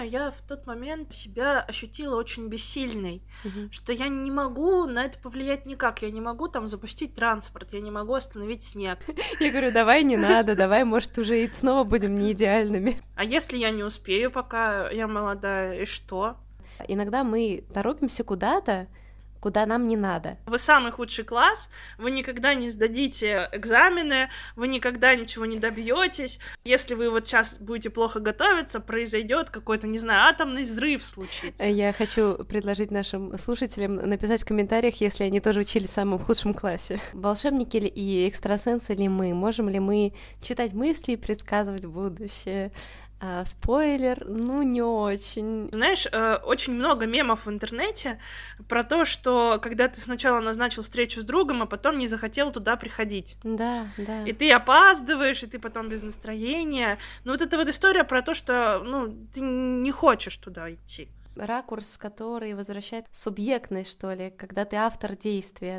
Я в тот момент себя ощутила очень бессильной, Мгм. что я не могу на это повлиять никак, я не могу там запустить транспорт, я не могу остановить снег. Я говорю, давай не надо, давай, может, уже и снова будем не идеальными. А если я не успею, пока я молодая, и что? Иногда мы торопимся куда-то, куда нам не надо. Вы самый худший класс, вы никогда не сдадите экзамены, вы никогда ничего не добьетесь. Если вы вот сейчас будете плохо готовиться, произойдет какой-то, не знаю, атомный взрыв случится. Я хочу предложить нашим слушателям написать в комментариях, если они тоже учились в самом худшем классе. Волшебники ли и экстрасенсы ли мы? Можем ли мы читать мысли и предсказывать будущее? Спойлер, не очень. Знаешь, очень много мемов в интернете про то, что когда ты сначала назначил встречу с другом, а потом не захотел туда приходить. Да. И ты опаздываешь, и ты потом без настроения. Ну, вот эта вот история про то, что, ты не хочешь туда идти. Ракурс, который возвращает субъектность, что ли, когда ты автор действия.